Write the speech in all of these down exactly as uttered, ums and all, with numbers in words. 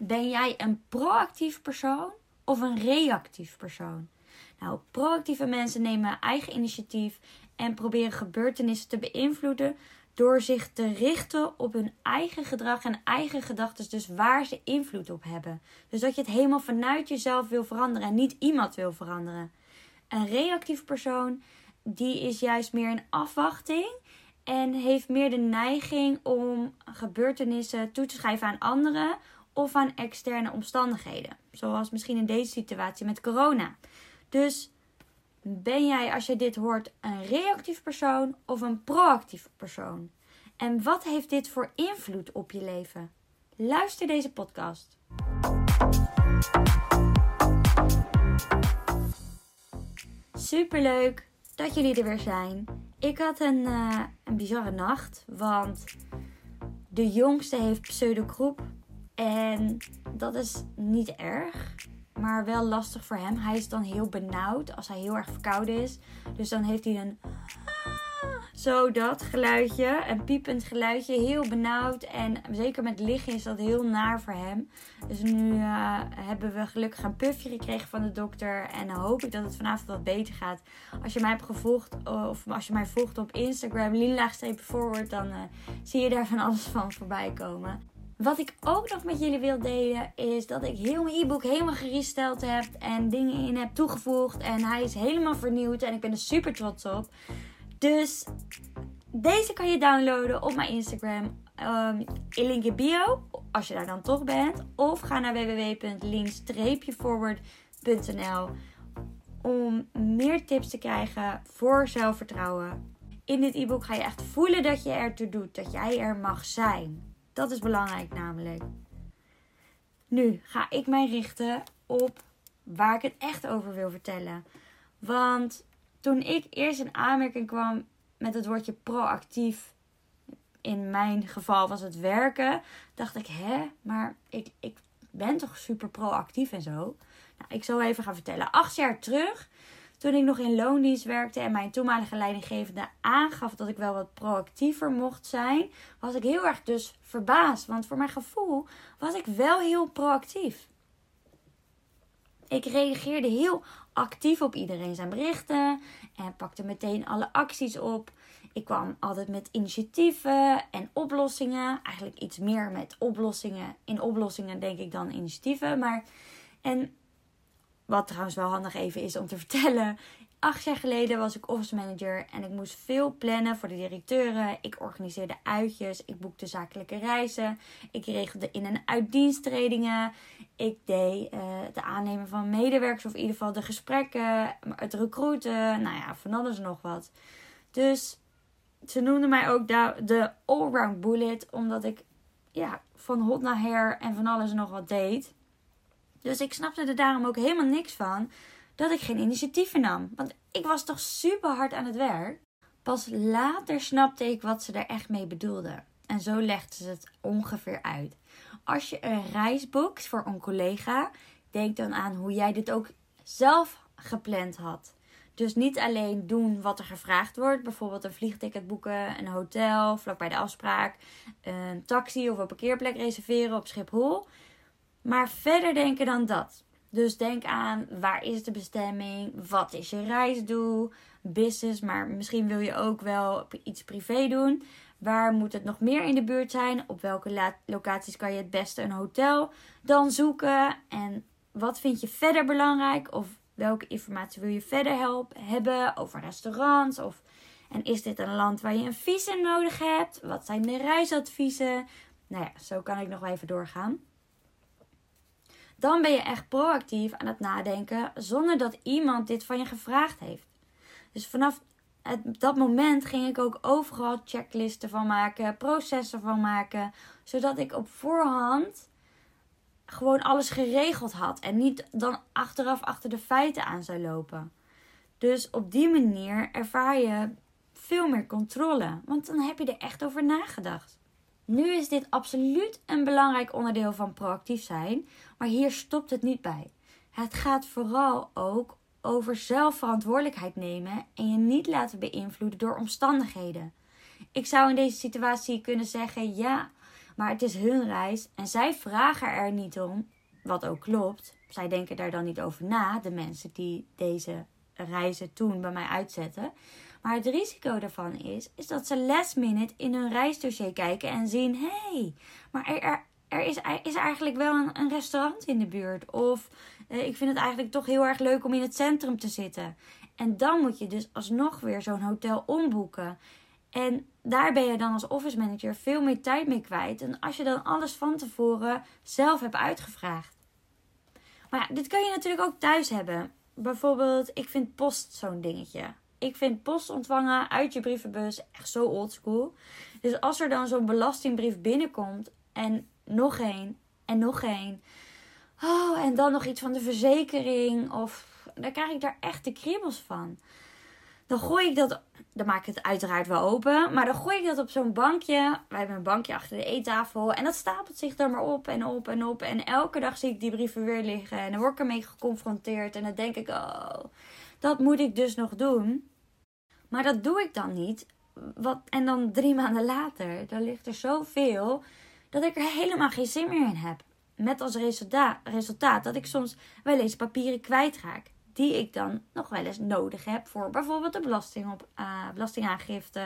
Ben jij een proactief persoon of een reactief persoon? Nou, proactieve mensen nemen eigen initiatief en proberen gebeurtenissen te beïnvloeden door zich te richten op hun eigen gedrag en eigen gedachten, dus waar ze invloed op hebben. Dus dat je het helemaal vanuit jezelf wil veranderen en niet iemand wil veranderen. Een reactief persoon, die is juist meer in afwachting en heeft meer de neiging om gebeurtenissen toe te schrijven aan anderen of aan externe omstandigheden. Zoals misschien in deze situatie met corona. Dus ben jij, als je dit hoort, een reactief persoon of een proactief persoon? En wat heeft dit voor invloed op je leven? Luister deze podcast. Superleuk dat jullie er weer zijn. Ik had een, uh, een bizarre nacht, want de jongste heeft pseudocroep. En dat is niet erg, maar wel lastig voor hem. Hij is dan heel benauwd als hij heel erg verkouden is. Dus dan heeft hij een zo dat geluidje, een piepend geluidje, heel benauwd. En zeker met liggen is dat heel naar voor hem. Dus nu uh, hebben we gelukkig een puffje gekregen van de dokter. En dan hoop ik dat het vanavond wat beter gaat. Als je mij hebt gevolgd, of als je mij volgt op Instagram, Lien-forward, dan uh, zie je daar van alles van voorbij komen. Wat ik ook nog met jullie wil delen is dat ik heel mijn e-book helemaal geresteld heb en dingen in heb toegevoegd. En hij is helemaal vernieuwd en ik ben er super trots op. Dus deze kan je downloaden op mijn Instagram, um, in link in bio, als je daar dan toch bent. Of ga naar w w w punt lien forward punt n l om meer tips te krijgen voor zelfvertrouwen. In dit e-book ga je echt voelen dat je ertoe doet, dat jij er mag zijn. Dat is belangrijk namelijk. Nu ga ik mij richten op waar ik het echt over wil vertellen. Want toen ik eerst in aanmerking kwam met het woordje proactief, in mijn geval was het werken, dacht ik, hè, maar ik, ik ben toch super proactief en zo. Nou, ik zal even gaan vertellen. Acht jaar terug, toen ik nog in loondienst werkte en mijn toenmalige leidinggevende aangaf dat ik wel wat proactiever mocht zijn, was ik heel erg dus verbaasd. Want voor mijn gevoel was ik wel heel proactief. Ik reageerde heel actief op iedereen zijn berichten en pakte meteen alle acties op. Ik kwam altijd met initiatieven en oplossingen. Eigenlijk iets meer met oplossingen. In oplossingen denk ik dan initiatieven. Maar en wat trouwens wel handig even is om te vertellen. Acht jaar geleden was ik office manager en ik moest veel plannen voor de directeuren. Ik organiseerde uitjes, ik boekte zakelijke reizen. Ik regelde in- en uitdiensttredingen. Ik deed uh, de aannemen van medewerkers of in ieder geval de gesprekken, het recruiten. Nou ja, van alles en nog wat. Dus ze noemden mij ook de, de allround bullet, omdat ik ja, van hot naar her en van alles en nog wat deed. Dus ik snapte er daarom ook helemaal niks van dat ik geen initiatieven nam. Want ik was toch super hard aan het werk. Pas later snapte ik wat ze er echt mee bedoelden. En zo legden ze het ongeveer uit. Als je een reis boekt voor een collega, denk dan aan hoe jij dit ook zelf gepland had. Dus niet alleen doen wat er gevraagd wordt. Bijvoorbeeld een vliegticket boeken, een hotel, vlakbij de afspraak, een taxi of een parkeerplek reserveren op Schiphol. Maar verder denken dan dat. Dus denk aan, waar is de bestemming? Wat is je reisdoel? Business, maar misschien wil je ook wel iets privé doen. Waar moet het nog meer in de buurt zijn? Op welke la- locaties kan je het beste een hotel dan zoeken? En wat vind je verder belangrijk? Of welke informatie wil je verder help- hebben over restaurants? Of, en is dit een land waar je een visum nodig hebt? Wat zijn de reisadviezen? Nou ja, zo kan ik nog wel even doorgaan. Dan ben je echt proactief aan het nadenken zonder dat iemand dit van je gevraagd heeft. Dus vanaf het, dat moment ging ik ook overal checklisten van maken, processen van maken. Zodat ik op voorhand gewoon alles geregeld had. En niet dan achteraf achter de feiten aan zou lopen. Dus op die manier ervaar je veel meer controle. Want dan heb je er echt over nagedacht. Nu is dit absoluut een belangrijk onderdeel van proactief zijn, maar hier stopt het niet bij. Het gaat vooral ook over zelf verantwoordelijkheid nemen en je niet laten beïnvloeden door omstandigheden. Ik zou in deze situatie kunnen zeggen, ja, Maar het is hun reis en zij vragen er niet om, wat ook klopt. Zij denken daar dan niet over na, de mensen die deze reizen toen bij mij uitzetten. Maar het risico daarvan is, is dat ze last minute in hun reisdossier kijken en zien, hé, hey, maar er, er, er is, is eigenlijk wel een, een restaurant in de buurt. Of eh, ik vind het eigenlijk toch heel erg leuk om in het centrum te zitten. En dan moet je dus alsnog weer zo'n hotel omboeken. En daar ben je dan als office manager veel meer tijd mee kwijt. En als je dan alles van tevoren zelf hebt uitgevraagd. Maar ja, dit kan je natuurlijk ook thuis hebben. Bijvoorbeeld, ik vind post zo'n dingetje. Ik vind post ontvangen uit je brievenbus echt zo oldschool. Dus als er dan zo'n belastingbrief binnenkomt en nog één en nog één. Oh, en dan nog iets van de verzekering. Of dan krijg ik daar echt de kriebels van. Dan gooi ik dat, dan maak ik het uiteraard wel open. Maar dan gooi ik dat op zo'n bankje. Wij hebben een bankje achter de eettafel. En dat stapelt zich dan maar op en op en op. En elke dag zie ik die brieven weer liggen. En dan word ik ermee geconfronteerd. En dan denk ik, oh, dat moet ik dus nog doen. Maar dat doe ik dan niet. Wat, en dan drie maanden later, dan ligt er zoveel dat ik er helemaal geen zin meer in heb. Met als resultaat, resultaat dat ik soms wel eens papieren kwijtraak. Die ik dan nog wel eens nodig heb voor bijvoorbeeld de belasting op, uh, belastingaangifte.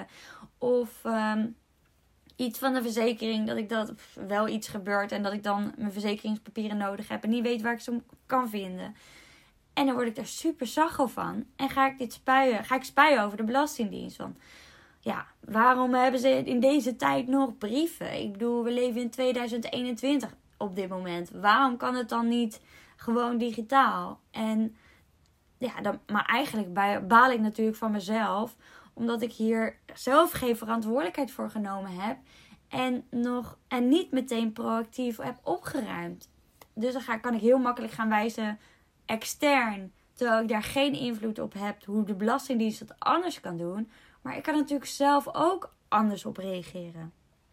Of um, iets van de verzekering. Dat ik dat wel iets gebeurt en dat ik dan mijn verzekeringspapieren nodig heb. En niet weet waar ik ze kan vinden. En dan word ik daar super zachtelijk van. En ga ik dit spuien, ga ik spuien over de Belastingdienst. Want ja, waarom hebben ze in deze tijd nog brieven? Ik bedoel, we leven in tweeduizend eenentwintig op dit moment. Waarom kan het dan niet gewoon digitaal? En ja, dan, maar eigenlijk baal ik natuurlijk van mezelf. Omdat ik hier zelf geen verantwoordelijkheid voor genomen heb. En, nog, en niet meteen proactief heb opgeruimd. Dus dan ga, kan ik heel makkelijk gaan wijzen extern. Terwijl ik daar geen invloed op heb hoe de Belastingdienst het anders kan doen. Maar ik kan natuurlijk zelf ook anders op reageren.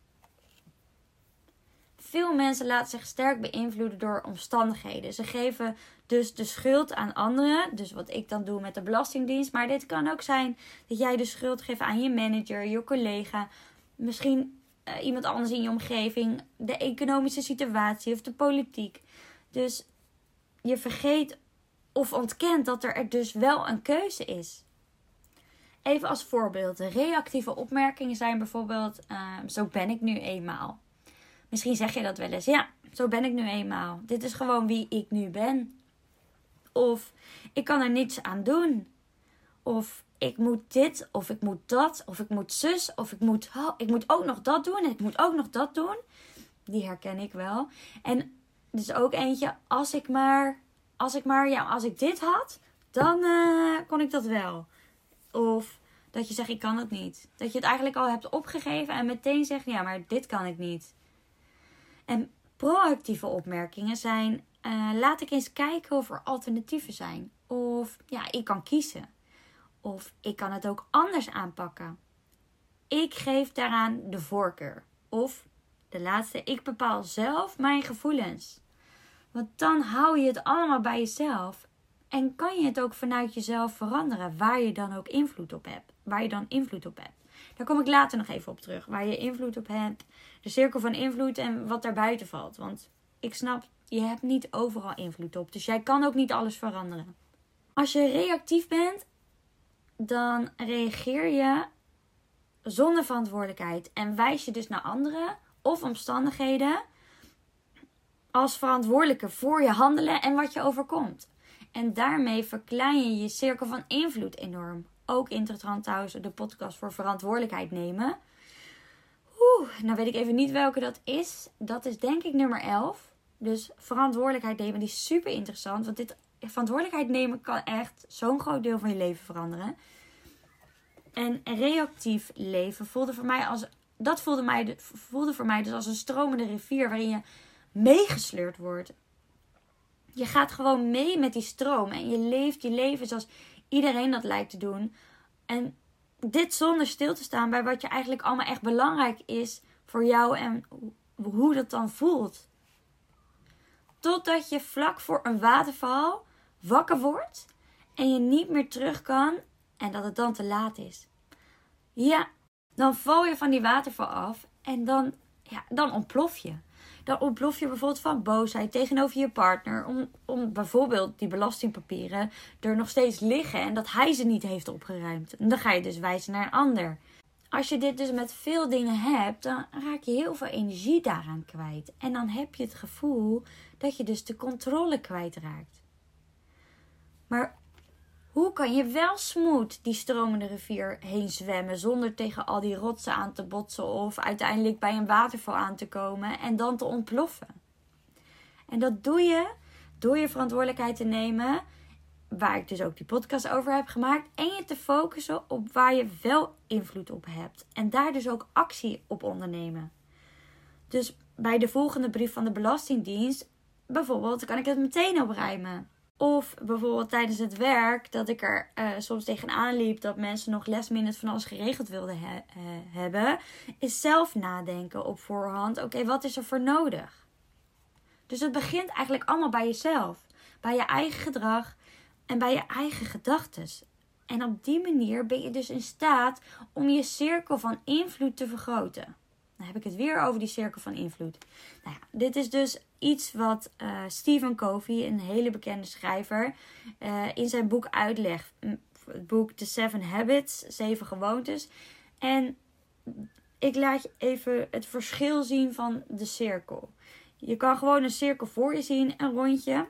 Veel mensen laten zich sterk beïnvloeden door omstandigheden. Ze geven dus de schuld aan anderen. Dus wat ik dan doe met de Belastingdienst. Maar dit kan ook zijn dat jij de schuld geeft aan je manager, je collega. Misschien uh, iemand anders in je omgeving. De economische situatie of de politiek. Dus je vergeet of ontkent dat er dus wel een keuze is. Even als voorbeeld. Reactieve opmerkingen zijn bijvoorbeeld, uh, zo ben ik nu eenmaal. Misschien zeg je dat wel eens. Ja, zo ben ik nu eenmaal. Dit is gewoon wie ik nu ben. Of ik kan er niets aan doen. Of ik moet dit, of ik moet dat, of ik moet zus, of ik moet, oh, ik moet ook nog dat doen en ik moet ook nog dat doen. Die herken ik wel. En dus ook eentje, als ik maar, als ik maar, ja, als ik dit had, dan uh, kon ik dat wel. Of dat je zegt, ik kan het niet. Dat je het eigenlijk al hebt opgegeven en meteen zegt, ja, maar dit kan ik niet. En proactieve opmerkingen zijn, uh, laat ik eens kijken of er alternatieven zijn. Of, ja, ik kan kiezen. Of, ik kan het ook anders aanpakken. Ik geef daaraan de voorkeur. Of, de laatste, ik bepaal zelf mijn gevoelens. Want dan hou je het allemaal bij jezelf. En kan je het ook vanuit jezelf veranderen, waar je dan ook invloed op hebt. Waar je dan invloed op hebt. Daar kom ik later nog even op terug. Waar je invloed op hebt. De cirkel van invloed en wat daarbuiten valt. Want ik snap, je hebt niet overal invloed op. Dus jij kan ook niet alles veranderen. Als je reactief bent, dan reageer je zonder verantwoordelijkheid. En wijs je dus naar anderen of omstandigheden als verantwoordelijke voor je handelen en wat je overkomt. En daarmee verklein je je cirkel van invloed enorm. Ook interessant trouwens de podcast voor verantwoordelijkheid nemen. Oeh, nou weet ik even niet welke dat is. Dat is denk ik nummer elf. Dus verantwoordelijkheid nemen, die is super interessant. Want dit verantwoordelijkheid nemen kan echt zo'n groot deel van je leven veranderen. En reactief leven voelde voor mij als, dat voelde, mij, voelde voor mij dus als een stromende rivier waarin je meegesleurd wordt. Je gaat gewoon mee met die stroom en je leeft je leven zoals iedereen dat lijkt te doen. En dit zonder stil te staan bij wat je eigenlijk allemaal echt belangrijk is voor jou en hoe dat dan voelt. Totdat je vlak voor een waterval wakker wordt en je niet meer terug kan en dat het dan te laat is. Ja, dan val je van die waterval af en dan ja, dan ontplof je. Dan ontplof je bijvoorbeeld van boosheid tegenover je partner. Om, om bijvoorbeeld die belastingpapieren er nog steeds liggen. En dat hij ze niet heeft opgeruimd. En dan ga je dus wijzen naar een ander. Als je dit dus met veel dingen hebt, dan raak je heel veel energie daaraan kwijt. En dan heb je het gevoel dat je dus de controle kwijtraakt. Maar hoe kan je wel smooth die stromende rivier heen zwemmen zonder tegen al die rotsen aan te botsen of uiteindelijk bij een waterval aan te komen en dan te ontploffen? En dat doe je door je verantwoordelijkheid te nemen, waar ik dus ook die podcast over heb gemaakt, en je te focussen op waar je wel invloed op hebt. En daar dus ook actie op ondernemen. Dus bij de volgende brief van de Belastingdienst, bijvoorbeeld, kan ik het meteen opruimen. Of bijvoorbeeld tijdens het werk, dat ik er uh, soms tegenaan liep dat mensen nog last minute van alles geregeld wilden he- uh, hebben. Is zelf nadenken op voorhand. Oké, okay, wat is er voor nodig? Dus het begint eigenlijk allemaal bij jezelf. Bij je eigen gedrag en bij je eigen gedachtes. En op die manier ben je dus in staat om je cirkel van invloed te vergroten. Dan heb ik het weer over die cirkel van invloed. Nou ja, dit is dus iets wat uh, Stephen Covey, een hele bekende schrijver, uh, in zijn boek uitlegt. Het boek The Seven Habits, Zeven Gewoontes. En ik laat je even het verschil zien van de cirkel. Je kan gewoon een cirkel voor je zien, een rondje.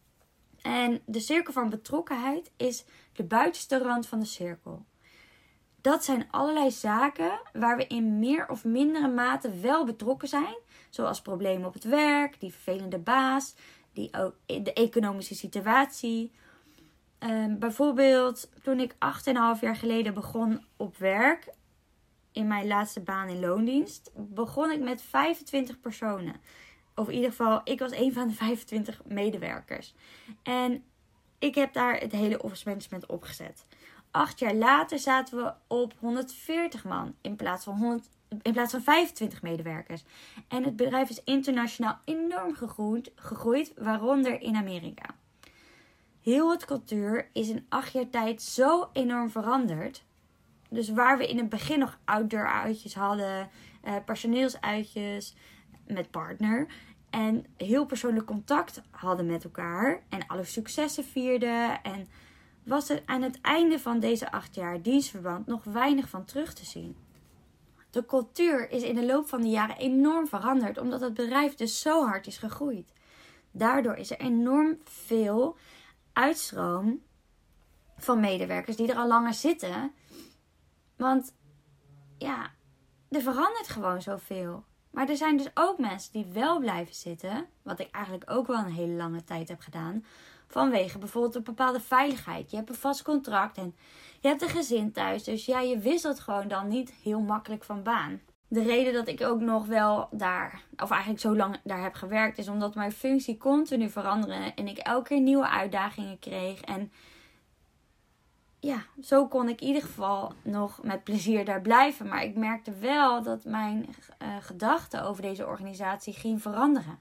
En de cirkel van betrokkenheid is de buitenste rand van de cirkel. Dat zijn allerlei zaken waar we in meer of mindere mate wel betrokken zijn. Zoals problemen op het werk, die vervelende baas, die, de economische situatie. Um, bijvoorbeeld toen ik acht en een half jaar geleden begon op werk, in mijn laatste baan in loondienst, begon ik met vijfentwintig personen. Of in ieder geval, ik was een van de vijfentwintig medewerkers. En ik heb daar het hele office management opgezet. Acht jaar later zaten we op honderdveertig man in plaats van, honderd, in plaats van vijfentwintig medewerkers. En het bedrijf is internationaal enorm gegroeid, gegroeid, waaronder in Amerika. Heel het cultuur is in acht jaar tijd zo enorm veranderd. Dus waar we in het begin nog outdoor uitjes hadden, uh, personeelsuitjes met partner, en heel persoonlijk contact hadden met elkaar en alle successen vierden, en was er aan het einde van deze acht jaar dienstverband nog weinig van terug te zien. De cultuur is in de loop van de jaren enorm veranderd, omdat het bedrijf dus zo hard is gegroeid. Daardoor is er enorm veel uitstroom van medewerkers die er al langer zitten. Want ja, er verandert gewoon zoveel. Maar er zijn dus ook mensen die wel blijven zitten, wat ik eigenlijk ook wel een hele lange tijd heb gedaan, vanwege bijvoorbeeld een bepaalde veiligheid. Je hebt een vast contract en je hebt een gezin thuis. Dus ja, je wisselt gewoon dan niet heel makkelijk van baan. De reden dat ik ook nog wel daar, of eigenlijk zo lang daar heb gewerkt, is omdat mijn functie continu veranderde en ik elke keer nieuwe uitdagingen kreeg. En ja, zo kon ik in ieder geval nog met plezier daar blijven. Maar ik merkte wel dat mijn uh, gedachten over deze organisatie ging veranderen.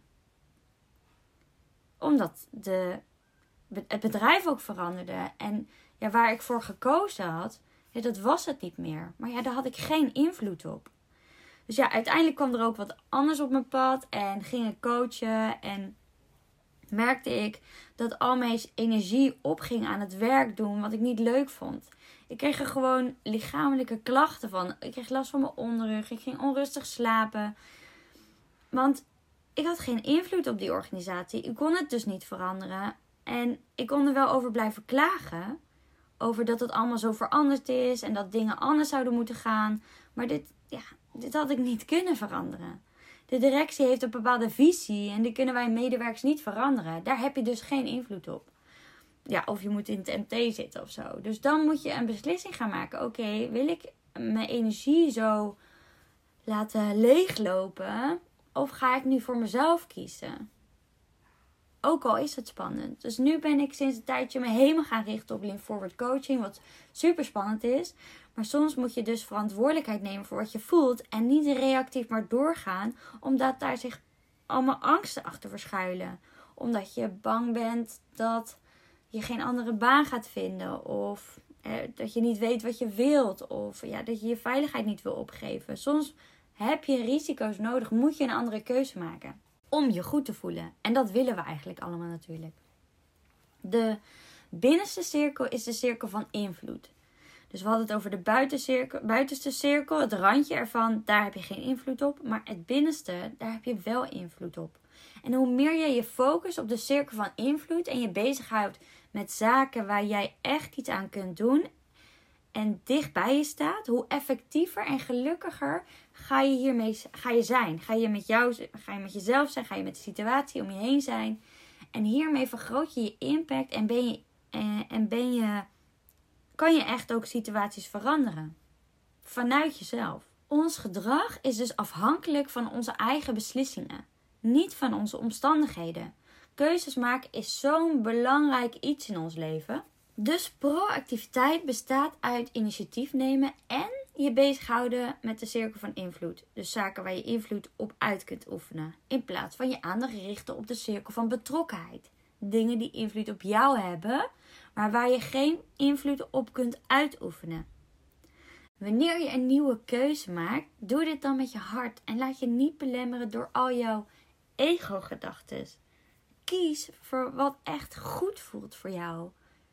Omdat de het bedrijf ook veranderde. En ja, waar ik voor gekozen had, ja, dat was het niet meer. Maar ja, daar had ik geen invloed op. Dus ja, uiteindelijk kwam er ook wat anders op mijn pad. En ging ik coachen. En merkte ik dat al mijn energie opging aan het werk doen wat ik niet leuk vond. Ik kreeg er gewoon lichamelijke klachten van. Ik kreeg last van mijn onderrug. Ik ging onrustig slapen. Want ik had geen invloed op die organisatie. Ik kon het dus niet veranderen. En ik kon er wel over blijven klagen. Over dat het allemaal zo veranderd is. En dat dingen anders zouden moeten gaan. Maar dit, ja, dit had ik niet kunnen veranderen. De directie heeft een bepaalde visie. En die kunnen wij medewerkers niet veranderen. Daar heb je dus geen invloed op. Ja, of je moet in het M T zitten of zo. Dus dan moet je een beslissing gaan maken. Oké, okay, wil ik mijn energie zo laten leeglopen? Of ga ik nu voor mezelf kiezen? Ook al is het spannend. Dus nu ben ik sinds een tijdje me helemaal gaan richten op Lean Forward Coaching. Wat super spannend is. Maar soms moet je dus verantwoordelijkheid nemen voor wat je voelt. En niet reactief maar doorgaan. Omdat daar zich allemaal angsten achter verschuilen. Omdat je bang bent dat je geen andere baan gaat vinden. Of eh, dat je niet weet wat je wilt. Of ja, dat je je veiligheid niet wil opgeven. Soms heb je risico's nodig, moet je een andere keuze maken. Om je goed te voelen. En dat willen we eigenlijk allemaal natuurlijk. De binnenste cirkel is de cirkel van invloed. Dus we hadden het over de buitencirkel, buitenste cirkel, het randje ervan, daar heb je geen invloed op. Maar het binnenste, daar heb je wel invloed op. En hoe meer je je focust op de cirkel van invloed en je bezighoudt met zaken waar jij echt iets aan kunt doen en dicht bij je staat, hoe effectiever en gelukkiger ga je hiermee ga je zijn. Ga je met jou, ga je met jezelf zijn, ga je met de situatie om je heen zijn. En hiermee vergroot je je impact en ben je, en ben je, kan je echt ook situaties veranderen. Vanuit jezelf. Ons gedrag is dus afhankelijk van onze eigen beslissingen. Niet van onze omstandigheden. Keuzes maken is zo'n belangrijk iets in ons leven. Dus proactiviteit bestaat uit initiatief nemen en je bezighouden met de cirkel van invloed. Dus zaken waar je invloed op uit kunt oefenen. In plaats van je aandacht richten op de cirkel van betrokkenheid. Dingen die invloed op jou hebben, maar waar je geen invloed op kunt uitoefenen. Wanneer je een nieuwe keuze maakt, doe dit dan met je hart en laat je niet belemmeren door al jouw ego-gedachten. Kies voor wat echt goed voelt voor jou.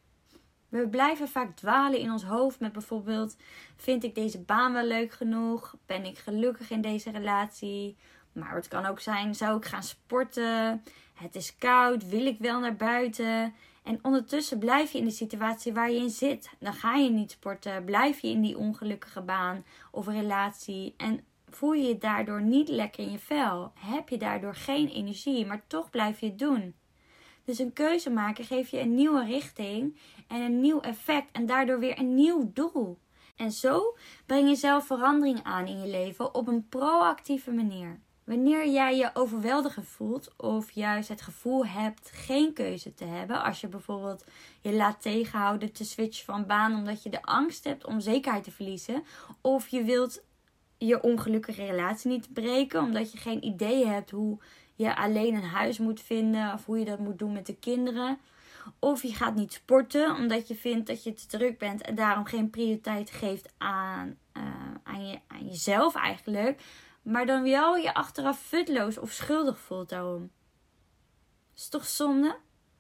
We blijven vaak dwalen in ons hoofd met bijvoorbeeld, vind ik deze baan wel leuk genoeg? Ben ik gelukkig in deze relatie? Maar het kan ook zijn, zou ik gaan sporten? Het is koud, wil ik wel naar buiten? En ondertussen blijf je in de situatie waar je in zit. Dan ga je niet sporten, blijf je in die ongelukkige baan of relatie en voel je je daardoor niet lekker in je vel. Heb je daardoor geen energie, maar toch blijf je het doen. Dus een keuze maken geeft je een nieuwe richting en een nieuw effect en daardoor weer een nieuw doel. En zo breng je zelf verandering aan in je leven op een proactieve manier. Wanneer jij je overweldigend voelt of juist het gevoel hebt geen keuze te hebben, als je bijvoorbeeld je laat tegenhouden te switchen van baan omdat je de angst hebt om zekerheid te verliezen, of je wilt je ongelukkige relatie niet breken omdat je geen idee hebt hoe je alleen een huis moet vinden of hoe je dat moet doen met de kinderen. Of je gaat niet sporten omdat je vindt dat je te druk bent en daarom geen prioriteit geeft aan, uh, aan, je, aan jezelf eigenlijk. Maar dan wel je achteraf futloos of schuldig voelt daarom. Is toch zonde?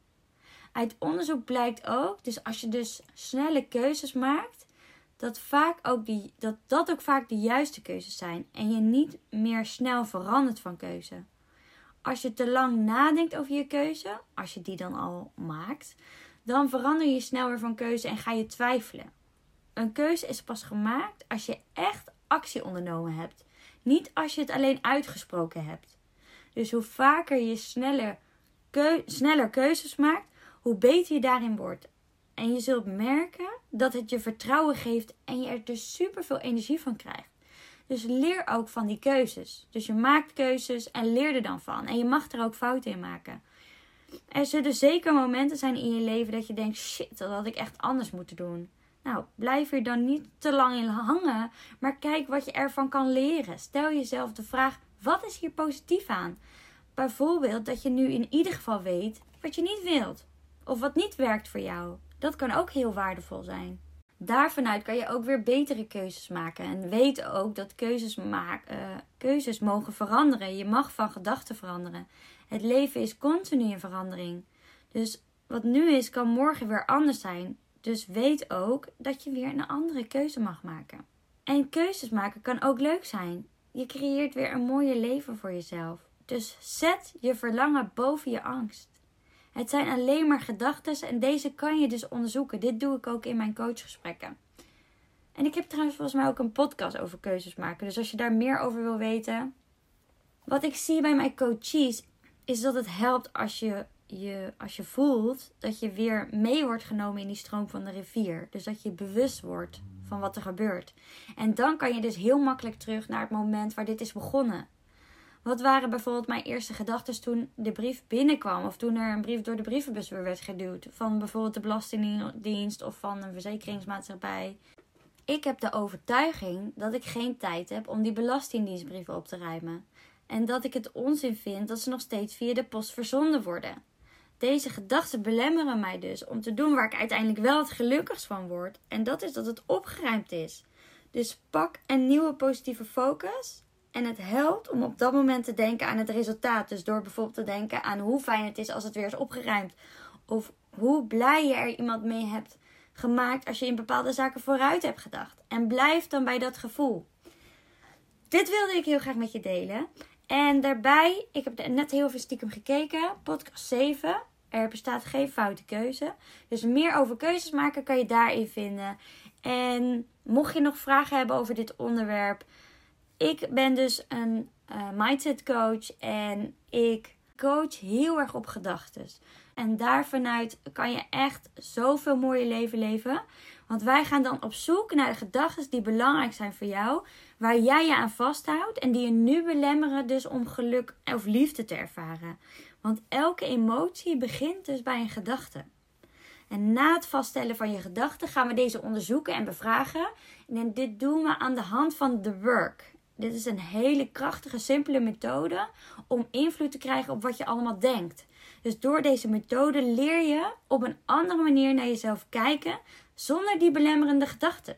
Uit onderzoek blijkt ook, dus als je dus snelle keuzes maakt, dat, vaak ook die, dat dat ook vaak de juiste keuzes zijn. En je niet meer snel verandert van keuze. Als je te lang nadenkt over je keuze, als je die dan al maakt, dan verander je snel weer van keuze en ga je twijfelen. Een keuze is pas gemaakt als je echt actie ondernomen hebt. Niet als je het alleen uitgesproken hebt. Dus hoe vaker je sneller, keu- sneller keuzes maakt, hoe beter je daarin wordt. En je zult merken dat het je vertrouwen geeft en je er dus super veel energie van krijgt. Dus leer ook van die keuzes. Dus je maakt keuzes en leer er dan van. En je mag er ook fouten in maken. Er zullen zeker momenten zijn in je leven dat je denkt, shit, dat had ik echt anders moeten doen. Nou, blijf er dan niet te lang in hangen, maar kijk wat je ervan kan leren. Stel jezelf de vraag, wat is hier positief aan? Bijvoorbeeld dat je nu in ieder geval weet wat je niet wilt. Of wat niet werkt voor jou. Dat kan ook heel waardevol zijn. Daarvanuit kan je ook weer betere keuzes maken. En weet ook dat keuzes, maak, uh, keuzes mogen veranderen. Je mag van gedachten veranderen. Het leven is continu in verandering. Dus wat nu is, kan morgen weer anders zijn. Dus weet ook dat je weer een andere keuze mag maken. En keuzes maken kan ook leuk zijn. Je creëert weer een mooier leven voor jezelf. Dus zet je verlangen boven je angst. Het zijn alleen maar gedachten en deze kan je dus onderzoeken. Dit doe ik ook in mijn coachgesprekken. En ik heb trouwens volgens mij ook een podcast over keuzes maken. Dus als je daar meer over wil weten. Wat ik zie bij mijn coaches is dat het helpt als je, je, als je voelt dat je weer mee wordt genomen in die stroom van de rivier. Dus dat je bewust wordt van wat er gebeurt. En dan kan je dus heel makkelijk terug naar het moment waar dit is begonnen. Wat waren bijvoorbeeld mijn eerste gedachten toen de brief binnenkwam? Of toen er een brief door de brievenbus weer werd geduwd. Van bijvoorbeeld de Belastingdienst of van een verzekeringsmaatschappij. Ik heb de overtuiging dat ik geen tijd heb om die belastingdienstbrieven op te ruimen. En dat ik het onzin vind dat ze nog steeds via de post verzonden worden. Deze gedachten belemmeren mij dus om te doen waar ik uiteindelijk wel het gelukkigst van word. En dat is dat het opgeruimd is. Dus pak een nieuwe positieve focus. En het helpt om op dat moment te denken aan het resultaat. Dus door bijvoorbeeld te denken aan hoe fijn het is als het weer is opgeruimd. Of hoe blij je er iemand mee hebt gemaakt als je in bepaalde zaken vooruit hebt gedacht. En blijf dan bij dat gevoel. Dit wilde ik heel graag met je delen. En daarbij, ik heb net heel veel stiekem gekeken. Podcast zeven. Er bestaat geen foute keuze. Dus meer over keuzes maken kan je daarin vinden. En mocht je nog vragen hebben over dit onderwerp. Ik ben dus een uh, mindset coach. En ik coach heel erg op gedachten. En daarvanuit kan je echt zoveel mooie leven leven. Want wij gaan dan op zoek naar de gedachten die belangrijk zijn voor jou. Waar jij je aan vasthoudt. En die je nu belemmeren dus om geluk of liefde te ervaren. Want elke emotie begint dus bij een gedachte. En na het vaststellen van je gedachten gaan we deze onderzoeken en bevragen. En dit doen we aan de hand van The Work. Dit is een hele krachtige, simpele methode om invloed te krijgen op wat je allemaal denkt. Dus door deze methode leer je op een andere manier naar jezelf kijken zonder die belemmerende gedachten.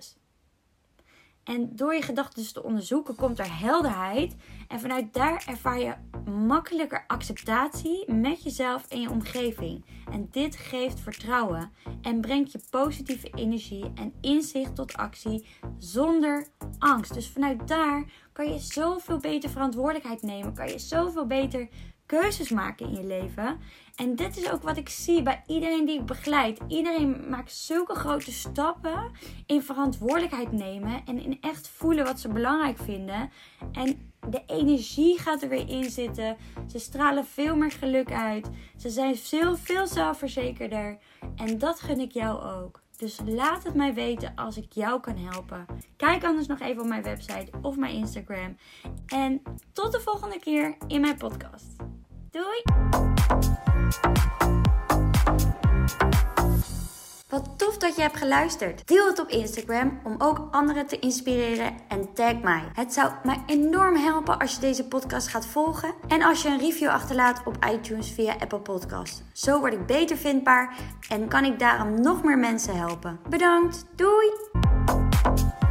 En door je gedachten dus te onderzoeken komt er helderheid. En vanuit daar ervaar je makkelijker acceptatie met jezelf en je omgeving. En dit geeft vertrouwen en brengt je positieve energie en inzicht tot actie zonder angst. Dus vanuit daar kan je zoveel beter verantwoordelijkheid nemen. Kan je zoveel beter keuzes maken in je leven. En dit is ook wat ik zie bij iedereen die ik begeleid. Iedereen maakt zulke grote stappen in verantwoordelijkheid nemen. En in echt voelen wat ze belangrijk vinden. En de energie gaat er weer in zitten. Ze stralen veel meer geluk uit. Ze zijn veel, veel zelfverzekerder. En dat gun ik jou ook. Dus laat het mij weten als ik jou kan helpen. Kijk anders nog even op mijn website of mijn Instagram. En tot de volgende keer in mijn podcast. Doei! Wat tof dat je hebt geluisterd. Deel het op Instagram om ook anderen te inspireren en tag mij. Het zou mij enorm helpen als je deze podcast gaat volgen. En als je een review achterlaat op iTunes via Apple Podcasts. Zo word ik beter vindbaar en kan ik daarom nog meer mensen helpen. Bedankt. Doei!